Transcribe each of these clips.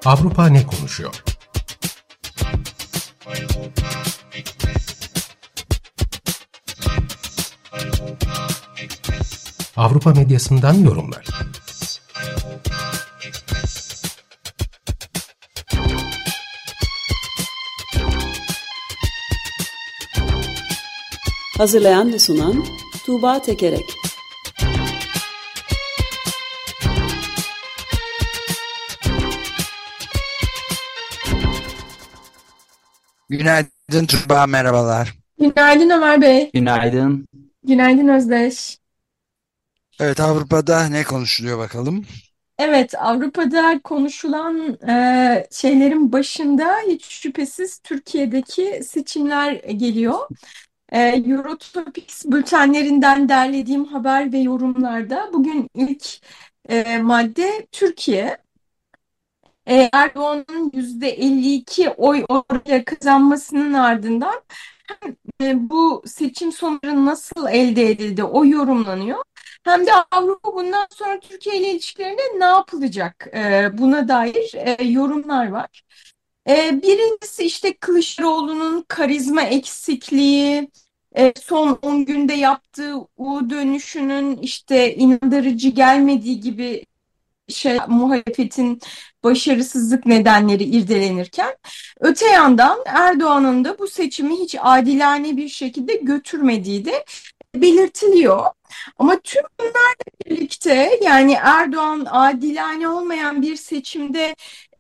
Avrupa ne konuşuyor? Avrupa medyasından yorumlar. Hazırlayan ve sunan Tuğba Tekerek. Günaydın Tuğba, merhabalar. Günaydın Ömer Bey. Günaydın. Günaydın Özdeş. Evet, Avrupa'da ne konuşuluyor bakalım? Evet, Avrupa'da konuşulan şeylerin başında hiç şüphesiz Türkiye'deki seçimler geliyor. Eurotopics bültenlerinden derlediğim haber ve yorumlarda bugün ilk madde Türkiye. Erdoğan'ın %52 oy oranıyla kazanmasının ardından bu seçim sonucu nasıl elde edildi o yorumlanıyor. Hem de Avrupa bundan sonra Türkiye ile ilişkilerinde ne yapılacak buna dair yorumlar var. Birincisi işte Kılıçdaroğlu'nun karizma eksikliği, son 10 günde yaptığı U dönüşünün işte inandırıcı gelmediği gibi muhalefetin başarısızlık nedenleri irdelenirken öte yandan Erdoğan'ın da bu seçimi hiç adilane bir şekilde götürmediği de belirtiliyor. Ama tüm bunlarla birlikte yani Erdoğan adilane olmayan bir seçimde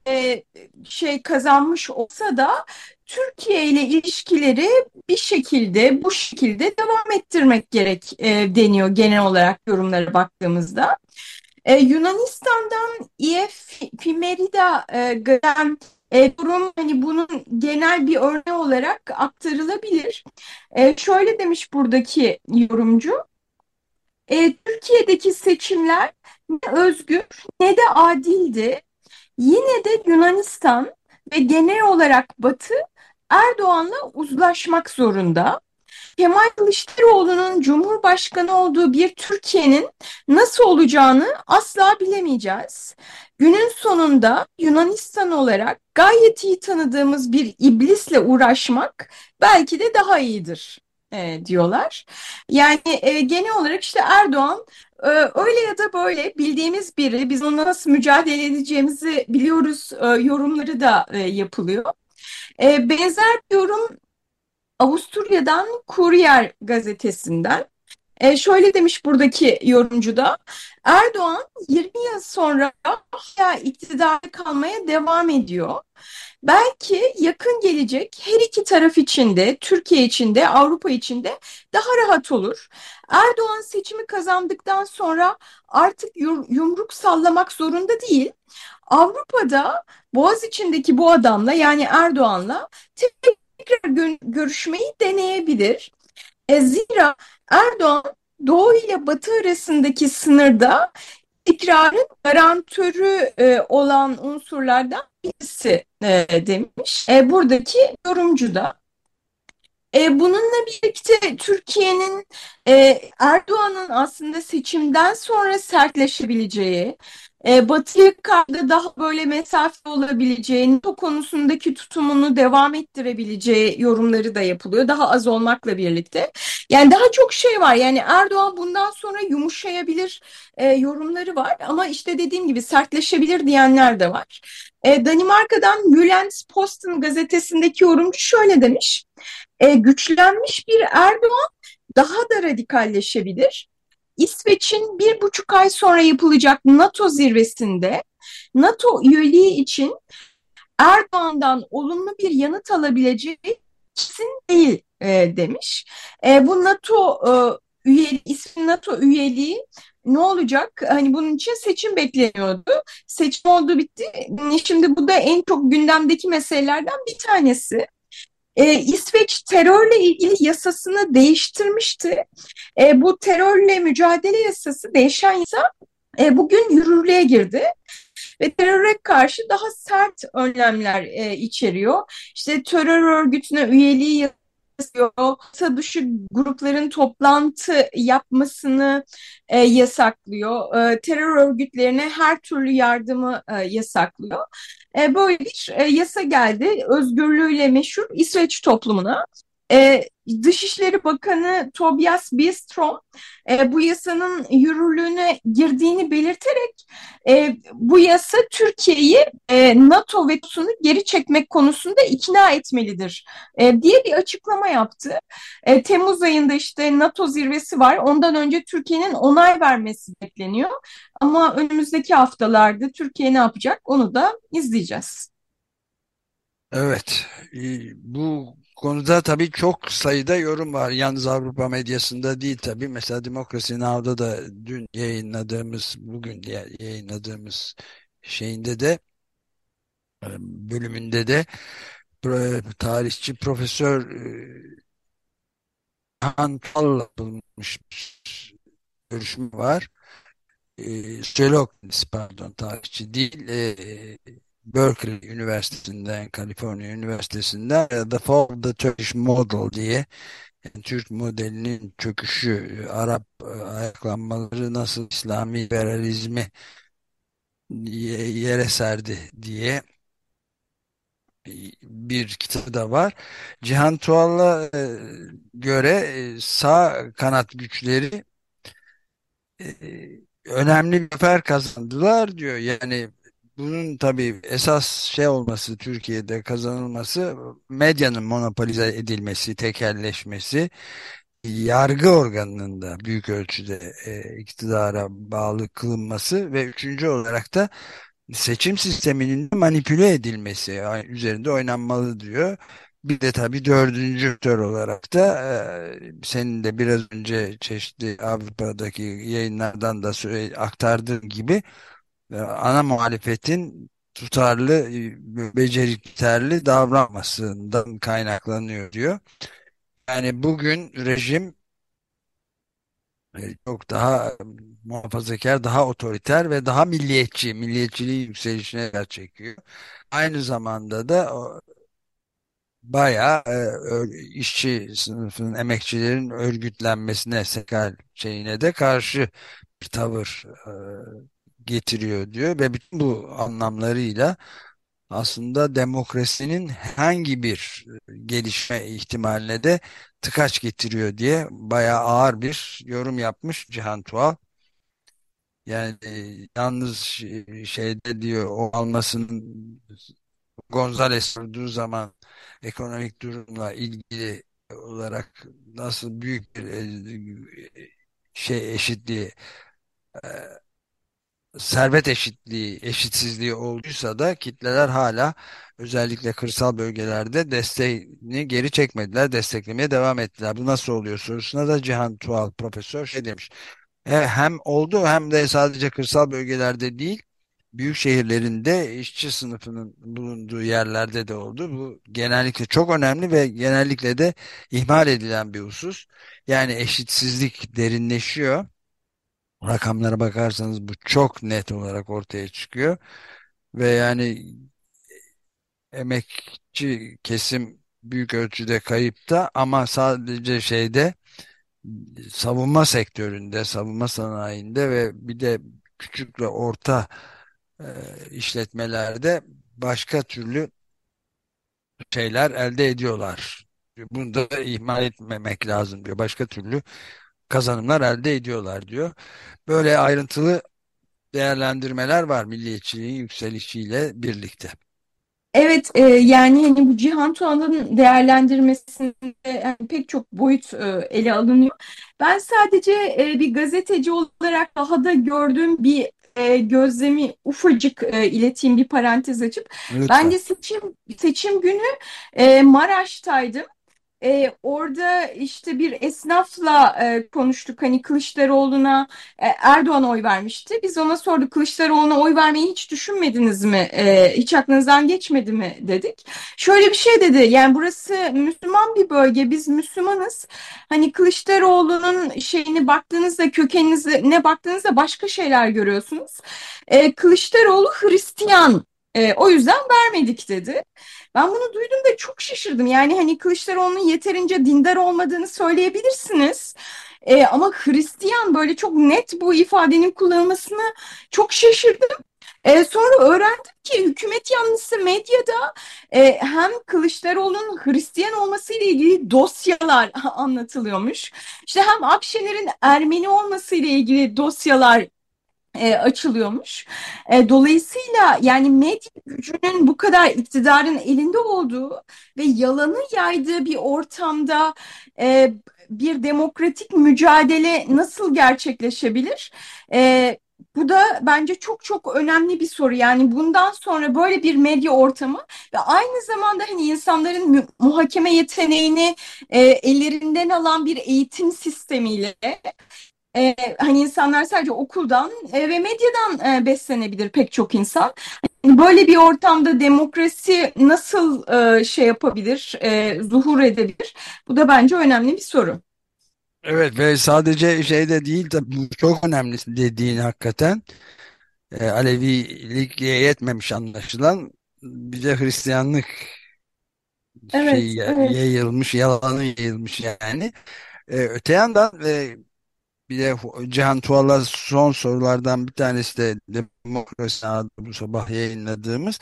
kazanmış olsa da Türkiye ile ilişkileri bir şekilde bu şekilde devam ettirmek gerek deniyor genel olarak yorumlara baktığımızda. Yunanistan'dan Fimerida gelen durum hani bunun genel bir örneği olarak aktarılabilir. Şöyle demiş buradaki yorumcu, Türkiye'deki seçimler ne özgür ne de adildi. Yine de Yunanistan ve genel olarak Batı Erdoğan'la uzlaşmak zorunda. Kemal Kılıçdaroğlu'nun Cumhurbaşkanı olduğu bir Türkiye'nin nasıl olacağını asla bilemeyeceğiz. Günün sonunda Yunanistan olarak gayet iyi tanıdığımız bir iblisle uğraşmak belki de daha iyidir diyorlar. Yani genel olarak işte Erdoğan öyle ya da böyle bildiğimiz biri, biz onunla nasıl mücadele edeceğimizi biliyoruz yorumları da yapılıyor. Benzer bir yorum Avusturya'dan Kurier gazetesinden. Şöyle demiş buradaki yorumcu da, Erdoğan 20 yıl sonra hala iktidarda kalmaya devam ediyor. Belki yakın gelecek her iki taraf için de, Türkiye için de, Avrupa için de daha rahat olur. Erdoğan seçimi kazandıktan sonra artık yumruk sallamak zorunda değil. Avrupa'da Boğaziçi'ndeki bu adamla yani Erdoğan'la tekrar görüşmeyi deneyebilir. Zira Erdoğan Doğu ile Batı arasındaki sınırda istikrarın garantörü olan unsurlardan birisi demiş. Buradaki yorumcu da. Bununla birlikte Türkiye'nin Erdoğan'ın aslında seçimden sonra sertleşebileceği, Batı'ya karşı daha böyle mesafe olabileceği, NATO konusundaki tutumunu devam ettirebileceği yorumları da yapılıyor. Daha az olmakla birlikte. Yani daha çok şey var. Yani Erdoğan bundan sonra yumuşayabilir yorumları var. Ama işte dediğim gibi sertleşebilir diyenler de var. Danimarka'dan Jyllands-Posten gazetesindeki yorumcu şöyle demiş. Güçlenmiş bir Erdoğan daha da radikalleşebilir. İsveç'in 1,5 ay sonra yapılacak NATO zirvesinde NATO üyeliği için Erdoğan'dan olumlu bir yanıt alabileceği kesin değil demiş. Bu NATO üyeliği ne olacak? Hani bunun için seçim bekleniyordu. Seçim oldu bitti. Şimdi bu da en çok gündemdeki meselelerden bir tanesi. İsveç terörle ilgili yasasını değiştirmişti. Bu terörle mücadele yasası, değişen yasa bugün yürürlüğe girdi ve teröre karşı daha sert önlemler içeriyor. İşte terör örgütüne üyeliği yasa dışı grupların toplantı yapmasını yasaklıyor. Terör örgütlerine her türlü yardımı yasaklıyor. Böyle bir yasa geldi, özgürlüğüyle meşhur İsveç toplumuna. E, Dışişleri Bakanı Tobias Billström bu yasanın yürürlüğüne girdiğini belirterek bu yasa Türkiye'yi NATO vetosunu geri çekmek konusunda ikna etmelidir diye bir açıklama yaptı. Temmuz ayında işte NATO zirvesi var. Ondan önce Türkiye'nin onay vermesi bekleniyor. Ama önümüzdeki haftalarda Türkiye ne yapacak onu da izleyeceğiz. Evet, bu konuda tabii çok sayıda yorum var. Yalnız Avrupa medyasında değil tabii. Mesela Demokrasi Now'da da dün yayınladığımız, bugün yayınladığımız şeyinde de bölümünde de tarihçi Profesör Han Tall'la yapılmış bir görüşme var. Sosyolog, pardon, tarihçi değil, Berkeley Üniversitesi'nden, Kaliforniya Üniversitesi'nden The Fall of the Turkish Model diye, yani Türk modelinin çöküşü, Arap ayaklanmaları nasıl İslami liberalizmi yere serdi diye bir kitabı da var. Cihan Tuğal'a göre sağ kanat güçleri önemli bir zafer kazandılar diyor. Yani bunun tabii esas şey olması, Türkiye'de kazanılması, medyanın monopolize edilmesi, tekelleşmesi, yargı organının da büyük ölçüde iktidara bağlı kılınması ve üçüncü olarak da seçim sisteminin de manipüle edilmesi üzerinde oynanmalı diyor. Bir de tabii dördüncü faktör olarak da senin de biraz önce çeşitli Avrupa'daki yayınlardan da aktardığın gibi ana muhalefetin tutarlı, becerikli davranmasından kaynaklanıyor diyor. Yani bugün rejim çok daha muhafazakar, daha otoriter ve daha milliyetçi, milliyetçiliği yükselişine yer çekiyor. Aynı zamanda da bayağı işçi sınıfının, emekçilerin örgütlenmesine, sekal şeyine de karşı bir tavır getiriyor diyor ve bütün bu anlamlarıyla aslında demokrasinin herhangi bir gelişme ihtimaline de tıkaç getiriyor diye bayağı ağır bir yorum yapmış Cihan Tuğal. Yani yalnız şeyde diyor, o almasının Gonzales sorduğu zaman ekonomik durumla ilgili olarak nasıl büyük bir şey eşitliği, e, servet eşitliği, eşitsizliği olduysa da kitleler hala özellikle kırsal bölgelerde desteğini geri çekmediler, desteklemeye devam ettiler. Bu nasıl oluyor sorusuna da Cihan Tuğal profesör şey demiş. Hem oldu hem de sadece kırsal bölgelerde değil, büyük şehirlerinde işçi sınıfının bulunduğu yerlerde de oldu. Bu genellikle çok önemli ve genellikle de ihmal edilen bir husus. Yani eşitsizlik derinleşiyor. Rakamlara bakarsanız bu çok net olarak ortaya çıkıyor. Ve yani emekçi kesim büyük ölçüde kayıpta, ama sadece şeyde, savunma sektöründe, savunma sanayinde ve bir de küçük ve orta işletmelerde başka türlü şeyler elde ediyorlar. Bunu da ihmal etmemek lazım diyor. Başka türlü kazanımlar elde ediyorlar diyor. Böyle ayrıntılı değerlendirmeler var milliyetçiliğin yükselişiyle birlikte. Evet, yani hani bu Cihan Tuğan'ın değerlendirmesinde yani pek çok boyut ele alınıyor. Ben sadece bir gazeteci olarak daha da gördüğüm bir gözlemi ufacık ileteyim, bir parantez açıp. Ben Lütfen. de seçim günü Maraş'taydım. Orada işte bir esnafla konuştuk. Hani Kılıçdaroğlu'na Erdoğan oy vermişti. Biz ona sorduk, Kılıçdaroğlu'na oy vermeyi hiç düşünmediniz mi? Hiç aklınızdan geçmedi mi dedik. Şöyle bir şey dedi. Yani burası Müslüman bir bölge. Biz Müslümanız. Hani Kılıçdaroğlu'nun şeyini baktığınızda, kökeninize ne baktığınızda başka şeyler görüyorsunuz. Kılıçdaroğlu Hristiyan. O yüzden vermedik dedi. Ben bunu duyduğumda çok şaşırdım. Yani hani Kılıçdaroğlu'nun yeterince dindar olmadığını söyleyebilirsiniz. Ama Hristiyan, böyle çok net bu ifadenin kullanılmasına çok şaşırdım. Sonra öğrendim ki hükümet yanlısı medyada hem Kılıçdaroğlu'nun Hristiyan olmasıyla ilgili dosyalar anlatılıyormuş. İşte hem Akşener'in Ermeni olmasıyla ilgili dosyalar açılıyormuş. Dolayısıyla yani medya gücünün bu kadar iktidarın elinde olduğu ve yalanı yaydığı bir ortamda e, bir demokratik mücadele nasıl gerçekleşebilir? Bu da bence çok çok önemli bir soru. Yani bundan sonra böyle bir medya ortamı ve aynı zamanda hani insanların muhakeme yeteneğini ellerinden alan bir eğitim sistemiyle hani insanlar sadece okuldan ve medyadan beslenebilir pek çok insan. Böyle bir ortamda demokrasi nasıl şey yapabilir, zuhur edebilir? Bu da bence önemli bir soru. Evet, ve sadece şeyde değil tabii, bu çok önemli dediğin hakikaten. Alevilik yetmemiş anlaşılan, bir de Hristiyanlık Evet, evet. yayılmış, yalanı yayılmış yani. Öte yandan bir de Cihan Tuğal'a son sorulardan bir tanesi de Demokrasi adlı bu sabah yayınladığımız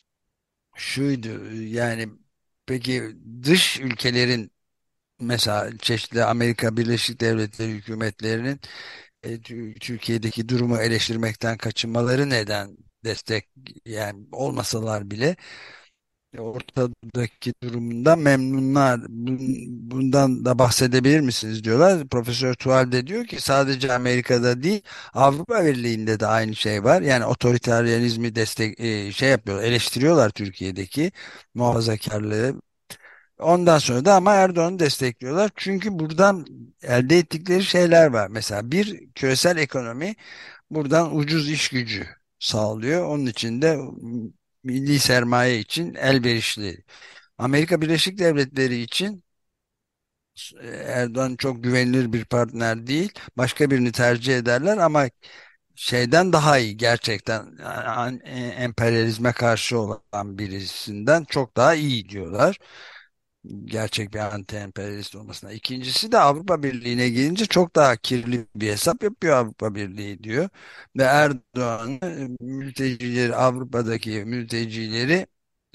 şuydu. Yani peki dış ülkelerin, mesela çeşitli Amerika Birleşik Devletleri hükümetlerinin Türkiye'deki durumu eleştirmekten kaçınmaları neden, destek yani olmasalar bile ortadaki durumundan memnunlar. Bundan da bahsedebilir misiniz diyorlar. Profesör Tuval de diyor ki sadece Amerika'da değil, Avrupa Birliği'nde de aynı şey var. Yani otoriteryenizmi şey yapıyor, eleştiriyorlar Türkiye'deki muhafazakarlığı. Ondan sonra da ama Erdoğan'ı destekliyorlar. Çünkü buradan elde ettikleri şeyler var. Mesela bir, küresel ekonomi buradan ucuz iş gücü sağlıyor. Onun için de milli sermaye için elverişli. Amerika Birleşik Devletleri için Erdoğan çok güvenilir bir partner değil. Başka birini tercih ederler ama şeyden daha iyi, gerçekten emperyalizme karşı olan birisinden çok daha iyi diyorlar, gerçek bir anti-emperyalist olmasına. İkincisi de Avrupa Birliği'ne gelince çok daha kirli bir hesap yapıyor Avrupa Birliği diyor. Ve Erdoğan mültecileri, Avrupa'daki mültecileri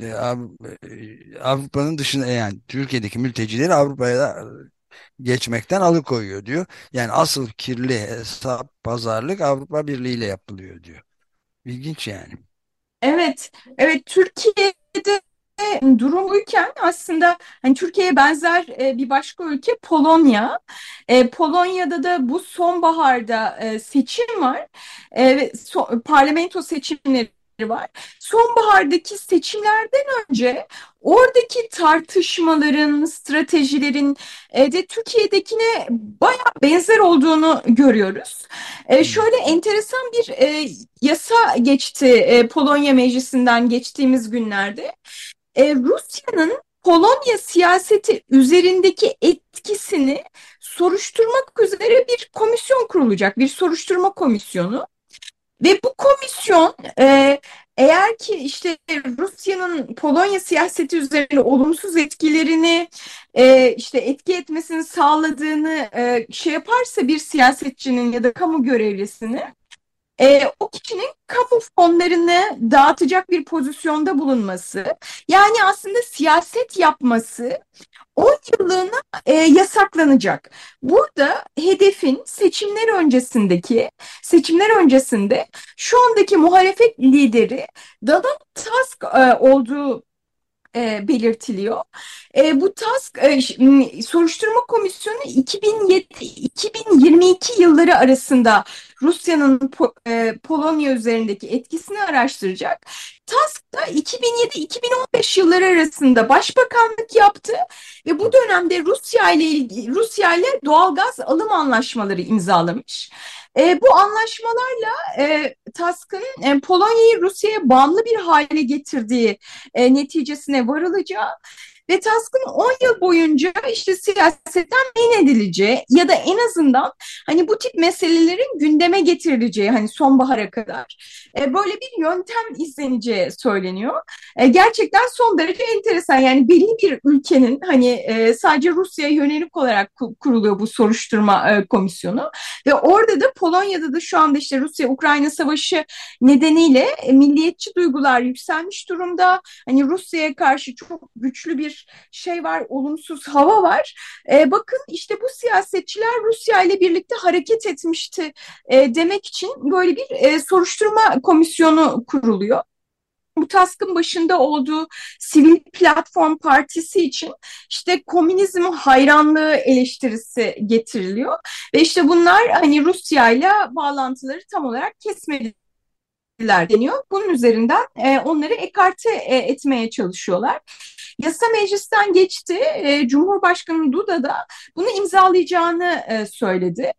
Avrupa'nın dışına, yani Türkiye'deki mültecileri Avrupa'ya geçmekten alıkoyuyor diyor. Yani asıl kirli hesap, pazarlık Avrupa Birliği ile yapılıyor diyor. İlginç yani. Evet, evet. Türkiye'de durum buyken aslında hani Türkiye'ye benzer bir başka ülke Polonya. Polonya'da da bu sonbaharda seçim var. Parlamento seçimleri var. Sonbahardaki seçimlerden önce oradaki tartışmaların, stratejilerin de Türkiye'dekine bayağı benzer olduğunu görüyoruz. Hmm. Şöyle enteresan bir yasa geçti Polonya Meclisi'nden geçtiğimiz günlerde. Rusya'nın Polonya siyaseti üzerindeki etkisini soruşturmak üzere bir komisyon kurulacak, bir soruşturma komisyonu. Ve bu komisyon eğer ki işte Rusya'nın Polonya siyaseti üzerine olumsuz etkilerini işte etki etmesini sağladığını şey yaparsa bir siyasetçinin ya da kamu görevlisini o kişinin kamu fonlarını dağıtacak bir pozisyonda bulunması, yani aslında siyaset yapması 10 yıllığına yasaklanacak. Burada hedefin seçimler öncesinde şu andaki muhalefet lideri Donald Tusk olduğu belirtiliyor. Bu TASK soruşturma komisyonu 2007-2022 yılları arasında Rusya'nın Polonya üzerindeki etkisini araştıracak. TASK da 2007-2015 yılları arasında başbakanlık yaptı ve bu dönemde Rusya ile doğalgaz alım anlaşmaları imzalamış. Bu anlaşmalarla TASK'ın Polonya'yı Rusya'ya bağımlı bir hale getirdiği neticesine varılacağı ve Tusk'ın 10 yıl boyunca işte siyasetten men edileceği ya da en azından hani bu tip meselelerin gündeme getirileceği hani sonbahara kadar böyle bir yöntem izleneceği söyleniyor. Gerçekten son derece enteresan. Yani belli bir ülkenin hani sadece Rusya'ya yönelik olarak kuruluyor bu soruşturma komisyonu ve orada da Polonya'da da şu anda işte Rusya-Ukrayna savaşı nedeniyle milliyetçi duygular yükselmiş durumda. Hani Rusya'ya karşı çok güçlü bir şey var, olumsuz hava var. Bakın işte bu siyasetçiler Rusya ile birlikte hareket etmişti demek için böyle bir soruşturma komisyonu kuruluyor. Bu task'ın başında olduğu Sivil Platform Partisi için işte komünizm hayranlığı eleştirisi getiriliyor. Ve işte bunlar hani Rusya ile bağlantıları tam olarak kesmediler deniyor. Bunun üzerinden onları ekarte etmeye çalışıyorlar. Yasa meclisten geçti. Cumhurbaşkanı Duda da bunu imzalayacağını söyledi.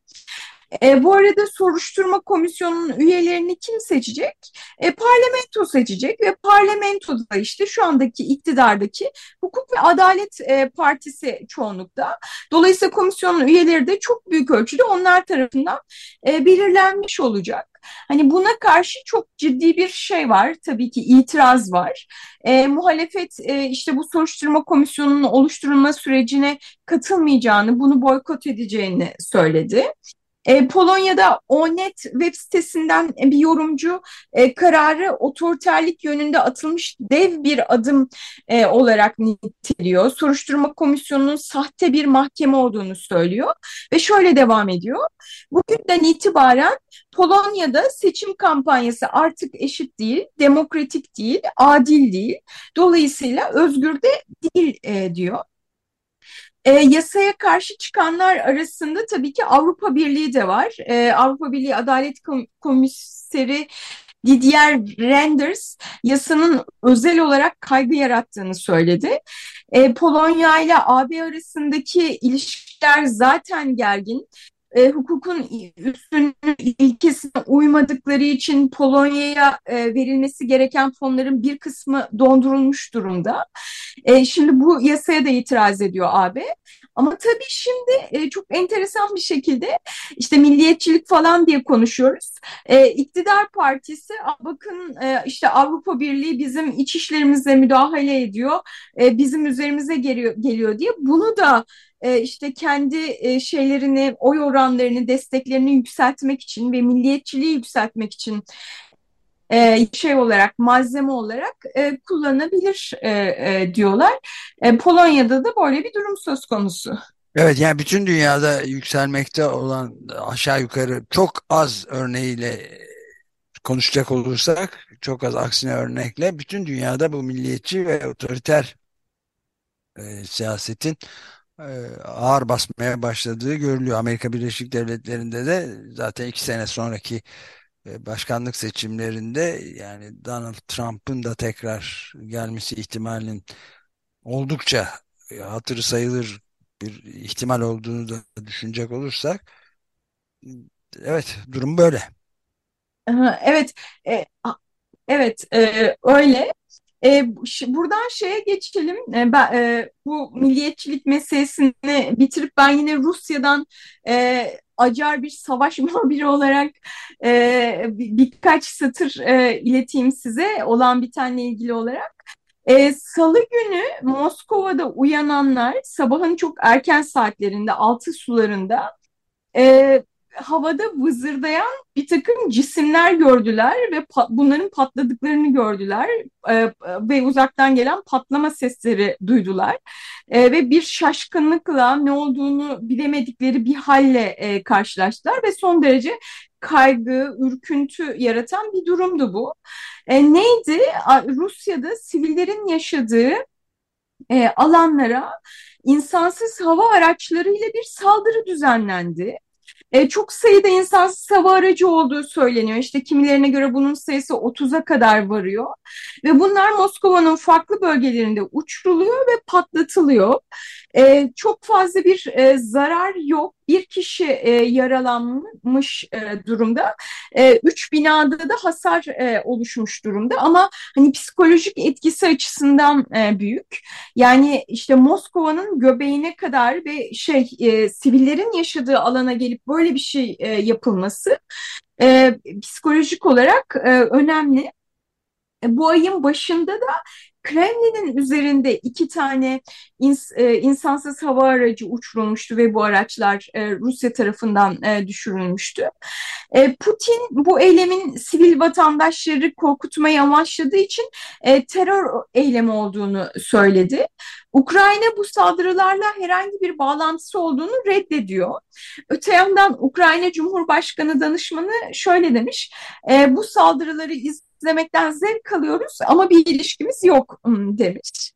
Bu arada soruşturma komisyonunun üyelerini kim seçecek? Parlamento seçecek ve parlamentoda işte şu andaki iktidardaki Hukuk ve Adalet Partisi çoğunlukta. Dolayısıyla komisyonun üyeleri de çok büyük ölçüde onlar tarafından belirlenmiş olacak. Hani buna karşı çok ciddi bir şey var, tabii ki itiraz var. Muhalefet işte bu soruşturma komisyonunun oluşturulma sürecine katılmayacağını, bunu boykot edeceğini söyledi. Polonya'da Onet web sitesinden bir yorumcu kararı otoriterlik yönünde atılmış dev bir adım olarak niteliyor. Soruşturma komisyonunun sahte bir mahkeme olduğunu söylüyor ve şöyle devam ediyor. Bugünden itibaren Polonya'da seçim kampanyası artık eşit değil, demokratik değil, adil değil. Dolayısıyla özgür de değil diyor. Yasaya karşı çıkanlar arasında tabii ki Avrupa Birliği de var. Avrupa Birliği Adalet Komiseri Didier Reynders yasanın özel olarak kaygı yarattığını söyledi. Polonya ile AB arasındaki ilişkiler zaten gergin. Hukukun üstünlüğü ilkesine uymadıkları için Polonya'ya verilmesi gereken fonların bir kısmı dondurulmuş durumda. Şimdi bu yasaya da itiraz ediyor AB. Ama tabii şimdi çok enteresan bir şekilde işte milliyetçilik falan diye konuşuyoruz. İktidar partisi bakın işte Avrupa Birliği bizim iç işlerimize müdahale ediyor, bizim üzerimize geliyor diye bunu da işte kendi şeylerini, oy oranlarını, desteklerini yükseltmek için ve milliyetçiliği yükseltmek için şey olarak, malzeme olarak kullanabilir diyorlar. Polonya'da da böyle bir durum söz konusu. Evet, yani bütün dünyada yükselmekte olan aşağı yukarı çok az örneğiyle konuşacak olursak, çok az aksine örnekle bütün dünyada bu milliyetçi ve otoriter siyasetin e, ağır basmaya başladığı görülüyor. Amerika Birleşik Devletleri'nde de zaten 2 sene sonraki başkanlık seçimlerinde yani Donald Trump'ın da tekrar gelmesi ihtimalinin oldukça hatırı sayılır bir ihtimal olduğunu da düşünecek olursak evet, durum böyle. Evet, e, evet, öyle. Buradan şeye geçelim. Bu milliyetçilik meselesini bitirip ben yine Rusya'dan acar bir savaş muhabiri olarak birkaç satır ileteyim size olan bitenle ilgili olarak. Salı günü Moskova'da uyananlar sabahın çok erken saatlerinde 6 sularında havada vızırdayan bir takım cisimler gördüler ve bunların patladıklarını gördüler ve uzaktan gelen patlama sesleri duydular ve bir şaşkınlıkla ne olduğunu bilemedikleri bir halle karşılaştılar ve son derece kaygı, ürküntü yaratan bir durumdu bu. Neydi? Rusya'da sivillerin yaşadığı alanlara insansız hava araçlarıyla bir saldırı düzenlendi. Çok sayıda insansız hava aracı olduğu söyleniyor. İşte kimilerine göre bunun sayısı 30'a kadar varıyor. Ve bunlar Moskova'nın farklı bölgelerinde uçuruluyor ve patlatılıyor. Çok fazla bir zarar yok. Bir kişi yaralanmış durumda. Üç binada da hasar oluşmuş durumda. Ama hani psikolojik etkisi açısından büyük. Yani işte Moskova'nın göbeğine kadar ve sivillerin yaşadığı alana gelip böyle bir şey yapılması psikolojik olarak önemli. Bu ayın başında da Kremlin'in üzerinde iki tane insansız hava aracı uçurulmuştu ve bu araçlar Rusya tarafından düşürülmüştü. Putin bu eylemin sivil vatandaşları korkutmayı amaçladığı için terör eylemi olduğunu söyledi. Ukrayna bu saldırılarla herhangi bir bağlantısı olduğunu reddediyor. Öte yandan Ukrayna Cumhurbaşkanı danışmanı şöyle demiş, bu saldırıları izlemekten zevk alıyoruz ama bir ilişkimiz yok demiş.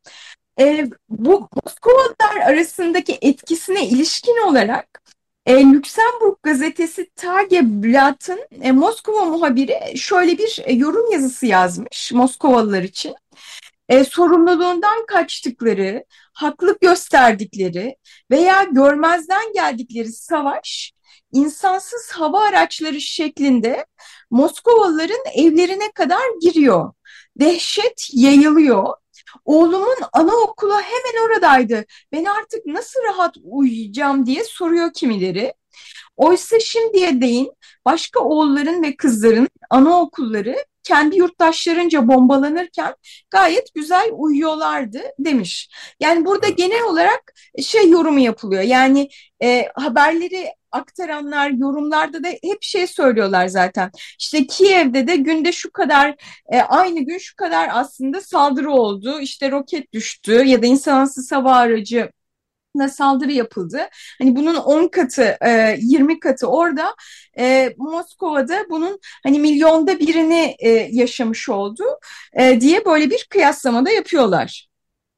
Bu Moskovalılar arasındaki etkisine ilişkin olarak Lüksemburg gazetesi Tageblatt'ın Moskova muhabiri şöyle bir yorum yazısı yazmış Moskovalılar için. Sorumluluğundan kaçtıkları, haklı gösterdikleri veya görmezden geldikleri savaş, insansız hava araçları şeklinde Moskovalıların evlerine kadar giriyor. Dehşet yayılıyor. Oğlumun anaokulu hemen oradaydı. Ben artık nasıl rahat uyuyacağım diye soruyor kimileri. Oysa şimdiye değin başka oğulların ve kızların anaokulları kendi yurttaşlarınca bombalanırken gayet güzel uyuyorlardı demiş. Yani burada genel olarak yorumu yapılıyor. Yani haberleri aktaranlar yorumlarda da hep söylüyorlar zaten. İşte Kiev'de de günde şu kadar aynı gün şu kadar aslında saldırı oldu. İşte roket düştü ya da insansız hava aracı saldırı yapıldı. Hani bunun 10 katı, 20 katı orada. Moskova'da bunun hani milyonda birini yaşamış oldu diye böyle bir kıyaslamada yapıyorlar.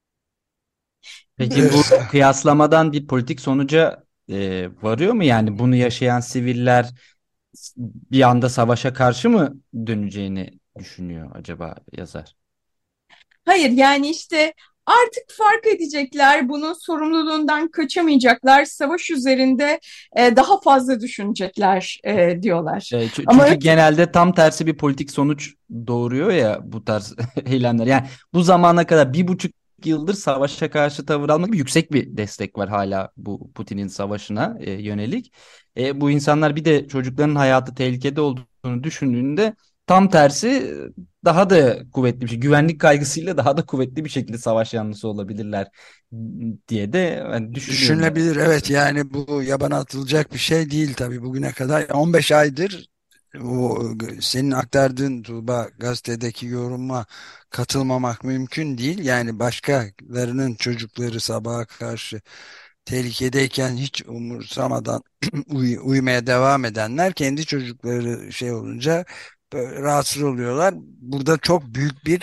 Peki bu kıyaslamadan bir politik sonuca varıyor mu? Yani bunu yaşayan siviller bir anda savaşa karşı mı döneceğini düşünüyor acaba yazar? Hayır, yani işte artık fark edecekler, bunun sorumluluğundan kaçamayacaklar, savaş üzerinde daha fazla düşünecekler diyorlar. Çünkü genelde tam tersi bir politik sonuç doğuruyor ya bu tarz eylemler. Yani bu zamana kadar 1,5 yıldır savaşa karşı tavır almak gibi yüksek bir destek var hala bu Putin'in savaşına yönelik. Bu insanlar bir de çocukların hayatı tehlikede olduğunu düşündüğünde tam tersi daha da kuvvetli bir şey, güvenlik kaygısıyla daha da kuvvetli bir şekilde savaş yanlısı olabilirler diye de ben düşünüyorum. Düşünülebilir, evet. Yani bu yabana atılacak bir şey değil tabii. Bugüne kadar 15 aydır o senin aktardığın Tuğba gazetedeki yoruma katılmamak mümkün değil. Yani başkalarının çocukları sabaha karşı tehlikedeyken hiç umursamadan uyumaya devam edenler kendi çocukları olunca böyle rahatsız oluyorlar. Burada çok büyük bir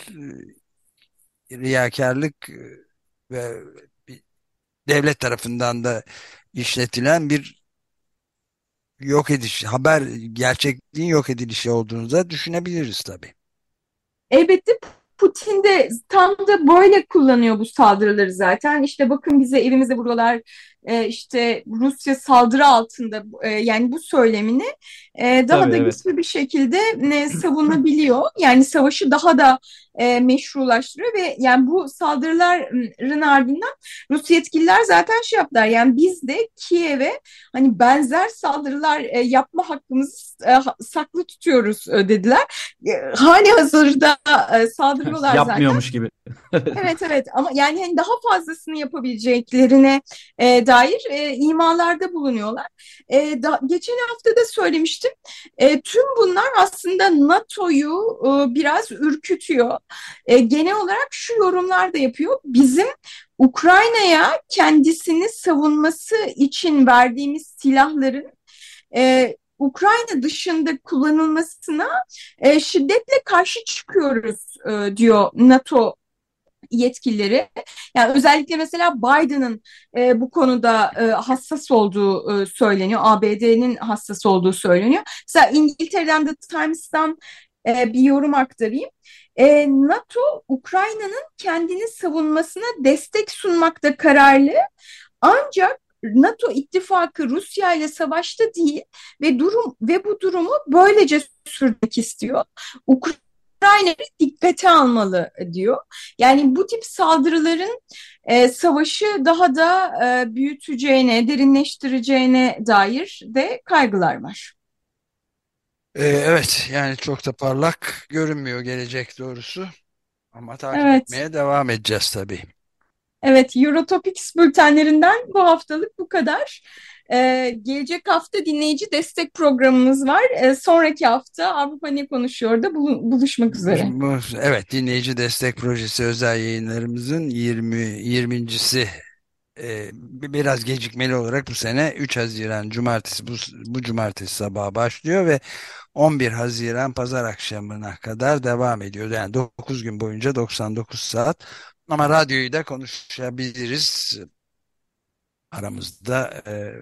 riyakarlık ve bir devlet tarafından da işletilen bir yok ediş, haber gerçekliğin yok edilişi olduğunu da düşünebiliriz tabii. Elbette Putin de tam da böyle kullanıyor bu saldırıları zaten. İşte bakın bize evimize vuruyorlar, işte Rusya saldırı altında, yani bu söylemini daha Tabii, da evet. güçlü bir şekilde savunabiliyor. Yani savaşı daha da meşrulaştırıyor ve yani bu saldırıların ardından Rus yetkililer zaten yaptılar. Yani biz de Kiev'e hani benzer saldırılar yapma hakkımızı saklı tutuyoruz dediler. Hali hazırda saldırıyorlar zaten. Yapmıyormuş gibi. Evet, evet, ama yani hani daha fazlasını yapabileceklerine dair imalarda bulunuyorlar. Geçen hafta da söylemiştim. Tüm bunlar aslında NATO'yu biraz ürkütüyor. Genel olarak şu yorumlar da yapıyor. Bizim Ukrayna'ya kendisini savunması için verdiğimiz silahların Ukrayna dışında kullanılmasına şiddetle karşı çıkıyoruz diyor NATO yetkilileri. Yani özellikle mesela Biden'ın bu konuda hassas olduğu söyleniyor. ABD'nin hassas olduğu söyleniyor. Mesela İngiltere'den The Times'tan bir yorum aktarayım. NATO, Ukrayna'nın kendini savunmasına destek sunmakta kararlı. Ancak NATO ittifakı Rusya ile savaşta değil ve bu durumu böylece sürmek istiyor. Ukrayna'yı dikkate almalı diyor. Yani bu tip saldırıların savaşı daha da büyüteceğine, derinleştireceğine dair de kaygılar var. Evet, yani çok da parlak görünmüyor gelecek doğrusu. Ama takip Evet. etmeye devam edeceğiz tabii. Evet, Eurotopics bültenlerinden bu haftalık bu kadar. Gelecek hafta dinleyici destek programımız var. Sonraki hafta Avrupa Ne Konuşuyor'da buluşmak üzere. Evet, dinleyici destek projesi özel yayınlarımızın 20.si biraz gecikmeli olarak bu sene 3 Haziran Cumartesi bu Cumartesi sabahı başlıyor ve 11 Haziran Pazar akşamına kadar devam ediyor. Yani 9 gün boyunca 99 saat. Ama radyoyu da konuşabiliriz aramızda.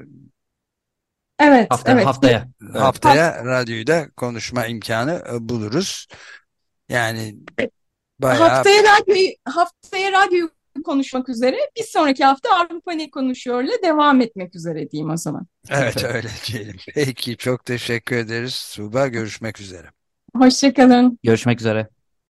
Evet, evet. Haftaya. Evet. Haftaya radyoyu da konuşma imkanı buluruz. Yani bayağı Haftaya radyoyu konuşmak üzere. Bir sonraki hafta Avrupa Ne Konuşuyor'la devam etmek üzere diyeyim o zaman. evet öyle diyelim. Peki çok teşekkür ederiz Tuğba. Görüşmek üzere. Hoşça kalın. Görüşmek üzere.